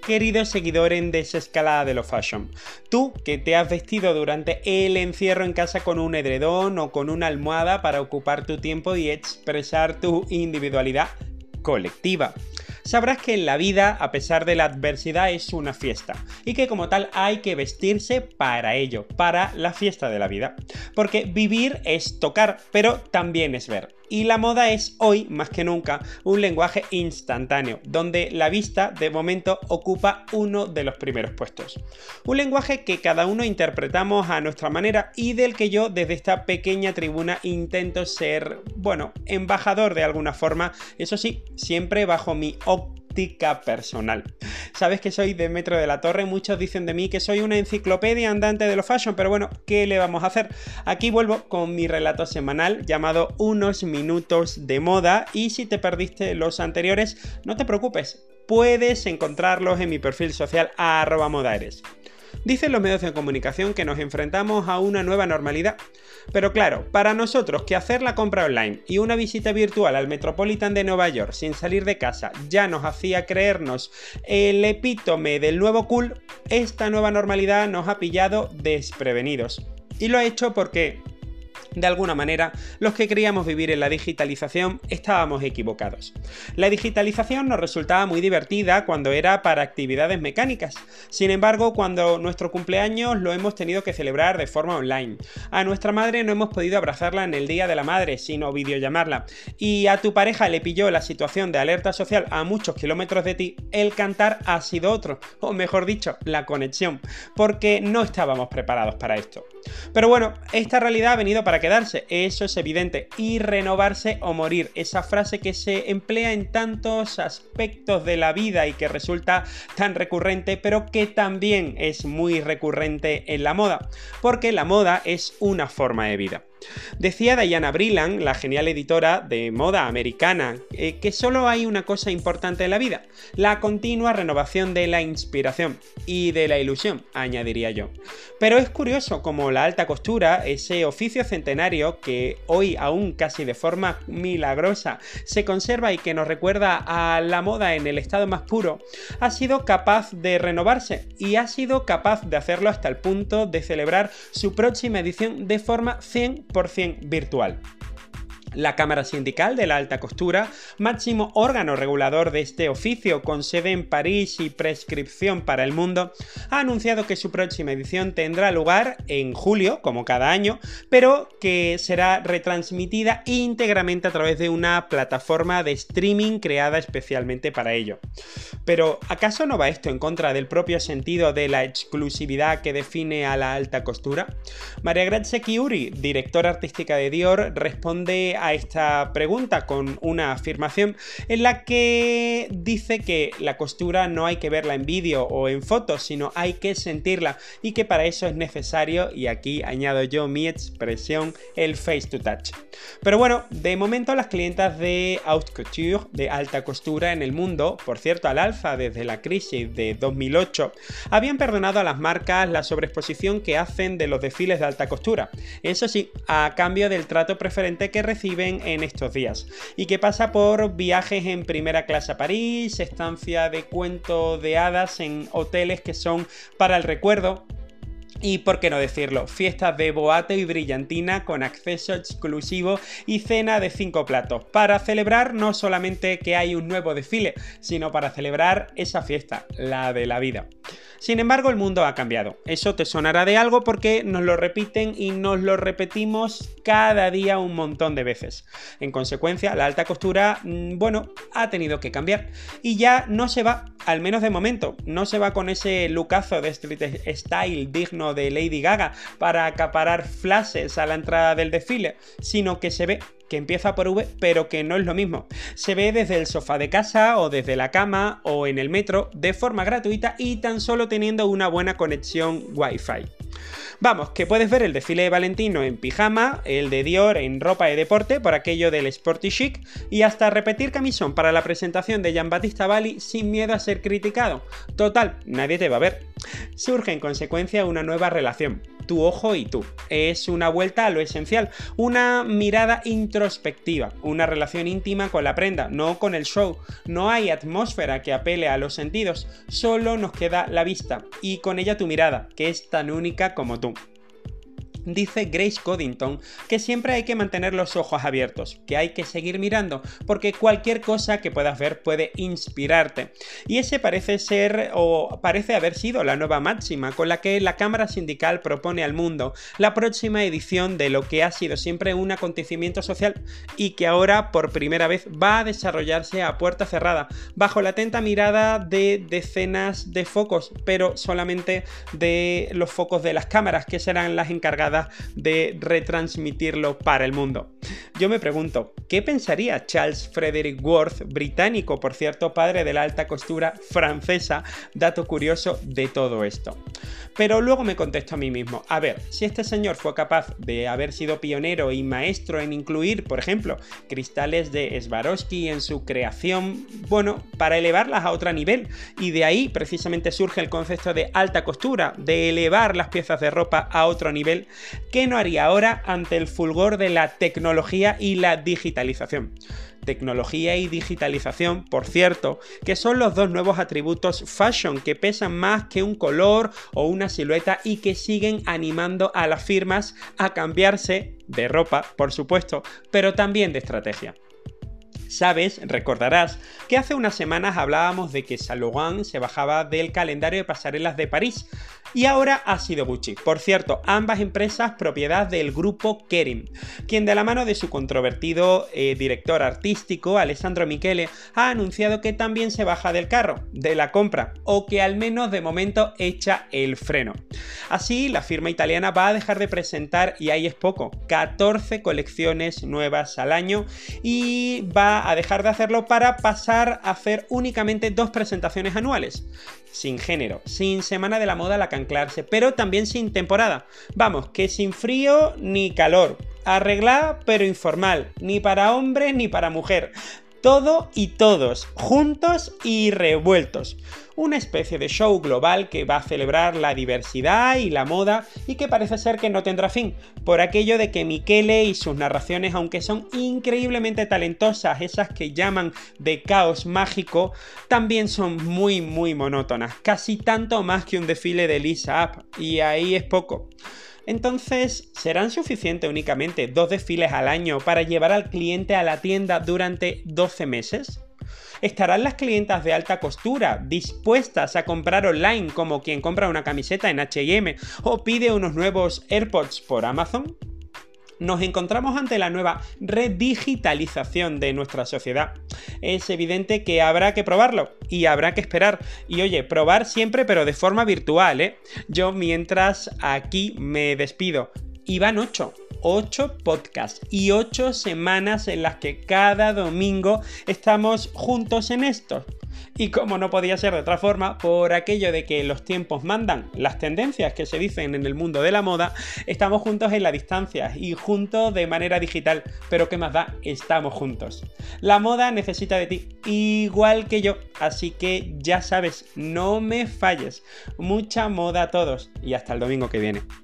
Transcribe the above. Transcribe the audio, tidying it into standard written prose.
querido seguidor en desescalada de lo fashion. Tú que te has vestido durante el encierro en casa con un edredón o con una almohada para ocupar tu tiempo y expresar tu individualidad colectiva. Sabrás que la vida, a pesar de la adversidad, es una fiesta y que como tal hay que vestirse para ello, para la fiesta de la vida. Porque vivir es tocar, pero también es ver. Y la moda es hoy, más que nunca, un lenguaje instantáneo, donde la vista, de momento, ocupa uno de los primeros puestos. Un lenguaje que cada uno interpretamos a nuestra manera y del que yo, desde esta pequeña tribuna, intento ser, embajador de alguna forma, eso sí, siempre bajo mi óptica personal. Sabes que soy de Metro de la Torre, muchos dicen de mí que soy una enciclopedia andante de lo fashion, pero bueno, ¿qué le vamos a hacer? Aquí vuelvo con mi relato semanal llamado Unos Minutos de Moda, y si te perdiste los anteriores, no te preocupes, puedes encontrarlos en mi perfil social @modaeres. Dicen los medios de comunicación que nos enfrentamos a una nueva normalidad. Pero claro, para nosotros que hacer la compra online y una visita virtual al Metropolitan de Nueva York sin salir de casa ya nos hacía creernos el epítome del nuevo cool, esta nueva normalidad nos ha pillado desprevenidos. Y lo ha hecho porque, de alguna manera, los que queríamos vivir en la digitalización estábamos equivocados. La digitalización nos resultaba muy divertida cuando era para actividades mecánicas. Sin embargo, cuando nuestro cumpleaños lo hemos tenido que celebrar de forma online. A nuestra madre no hemos podido abrazarla en el Día de la Madre, sino videollamarla. Y a tu pareja le pilló la situación de alerta social a muchos kilómetros de ti, el cantar ha sido otro, o mejor dicho, la conexión, porque no estábamos preparados para esto. Pero bueno, esta realidad ha venido para quedarse, eso es evidente, y renovarse o morir, esa frase que se emplea en tantos aspectos de la vida y que resulta tan recurrente, pero que también es muy recurrente en la moda, porque la moda es una forma de vida. Decía Diana Vreeland, la genial editora de moda americana, que solo hay una cosa importante en la vida, la continua renovación de la inspiración y de la ilusión, añadiría yo. Pero es curioso como la alta costura, ese oficio centenario que hoy aún casi de forma milagrosa se conserva y que nos recuerda a la moda en el estado más puro, ha sido capaz de renovarse y ha sido capaz de hacerlo hasta el punto de celebrar su próxima edición de forma 100% virtual. La Cámara Sindical de la Alta Costura, máximo órgano regulador de este oficio con sede en París y prescripción para el mundo, ha anunciado que su próxima edición tendrá lugar en julio, como cada año, pero que será retransmitida íntegramente a través de una plataforma de streaming creada especialmente para ello. Pero, ¿acaso no va esto en contra del propio sentido de la exclusividad que define a la alta costura? Maria Grazia Chiuri, directora artística de Dior, responde a esta pregunta con una afirmación en la que dice que la costura no hay que verla en vídeo o en fotos, sino hay que sentirla y que para eso es necesario, y aquí añado yo mi expresión, el face to touch. Pero bueno, de momento las clientas de haute couture, de alta costura en el mundo, por cierto al alza desde la crisis de 2008, habían perdonado a las marcas la sobreexposición que hacen de los desfiles de alta costura. Eso sí, a cambio del trato preferente que reciben en estos días y que pasa por viajes en primera clase a París, estancia de cuento de hadas en hoteles que son para el recuerdo y, por qué no decirlo, fiestas de boate y brillantina con acceso exclusivo y cena de 5 platos, para celebrar no solamente que hay un nuevo desfile, sino para celebrar esa fiesta, la de la vida. Sin embargo, el mundo ha cambiado. Eso te sonará de algo porque nos lo repiten y nos lo repetimos cada día un montón de veces. En consecuencia, la alta costura, ha tenido que cambiar. Y ya no se va, al menos de momento, no se va con ese lookazo de street style digno de Lady Gaga para acaparar flashes a la entrada del desfile, sino que se ve que empieza por V, pero que no es lo mismo. Se ve desde el sofá de casa o desde la cama o en el metro de forma gratuita y tan solo teniendo una buena conexión Wi-Fi. Vamos, que puedes ver el desfile de Valentino en pijama, el de Dior en ropa de deporte por aquello del sporty chic y hasta repetir camisón para la presentación de Giambattista Valli sin miedo a ser criticado. Total, nadie te va a ver. Surge en consecuencia una nueva relación. tu ojo y tú. Es una vuelta a lo esencial, una mirada introspectiva, una relación íntima con la prenda, no con el show. No hay atmósfera que apele a los sentidos, solo nos queda la vista y con ella tu mirada, que es tan única como tú. Dice Grace Coddington que siempre hay que mantener los ojos abiertos, que hay que seguir mirando, porque cualquier cosa que puedas ver puede inspirarte. Y ese parece ser, o parece haber sido, la nueva máxima con la que la Cámara Sindical propone al mundo la próxima edición de lo que ha sido siempre un acontecimiento social y que ahora por primera vez va a desarrollarse a puerta cerrada, bajo la atenta mirada de decenas de focos, pero solamente de los focos de las cámaras, que serán las encargadas de retransmitirlo para el mundo. Yo me pregunto, ¿qué pensaría Charles Frederick Worth, británico, por cierto, padre de la alta costura francesa, dato curioso de todo esto? Pero luego me contesto a mí mismo, a ver, si este señor fue capaz de haber sido pionero y maestro en incluir, por ejemplo, cristales de Swarovski en su creación, bueno, para elevarlas a otro nivel, y de ahí precisamente surge el concepto de alta costura, de elevar las piezas de ropa a otro nivel, ¿qué no haría ahora ante el fulgor de la tecnología y la digitalización? Tecnología y digitalización, por cierto, que son los dos nuevos atributos fashion que pesan más que un color o una silueta y que siguen animando a las firmas a cambiarse de ropa, por supuesto, pero también de estrategia. Sabes, recordarás, que hace unas semanas hablábamos de que Saint Laurent se bajaba del calendario de pasarelas de París y ahora ha sido Gucci. Por cierto, ambas empresas propiedad del grupo Kering, quien de la mano de su controvertido director artístico, Alessandro Michele, ha anunciado que también se baja del carro, de la compra, o que al menos de momento echa el freno. Así, la firma italiana va a dejar de presentar, y ahí es poco, 14 colecciones nuevas al año y va a dejar de hacerlo para pasar a hacer únicamente 2 presentaciones anuales. Sin género, sin semana de la moda a la que anclarse, pero también sin temporada. Vamos, que sin frío ni calor. Arreglada pero informal, ni para hombre ni para mujer. Todo y todos, juntos y revueltos. Una especie de show global que va a celebrar la diversidad y la moda y que parece ser que no tendrá fin, por aquello de que Michele y sus narraciones, aunque son increíblemente talentosas, esas que llaman de caos mágico, también son muy monótonas, casi tanto más que un desfile de Lisa Up, y ahí es poco. Entonces, ¿serán suficientes únicamente 2 desfiles al año para llevar al cliente a la tienda durante 12 meses? ¿Estarán las clientas de alta costura dispuestas a comprar online como quien compra una camiseta en H&M o pide unos nuevos AirPods por Amazon? Nos encontramos ante la nueva redigitalización de nuestra sociedad. Es evidente que habrá que probarlo y habrá que esperar. Y oye, probar siempre pero de forma virtual, ¿eh? Yo mientras aquí me despido. Y van 8 podcasts y 8 semanas en las que cada domingo estamos juntos en esto. Y como no podía ser de otra forma, por aquello de que los tiempos mandan, las tendencias que se dicen en el mundo de la moda, estamos juntos en la distancia y juntos de manera digital. Pero ¿qué más da? Estamos juntos. La moda necesita de ti, igual que yo. Así que ya sabes, no me falles. Mucha moda a todos y hasta el domingo que viene.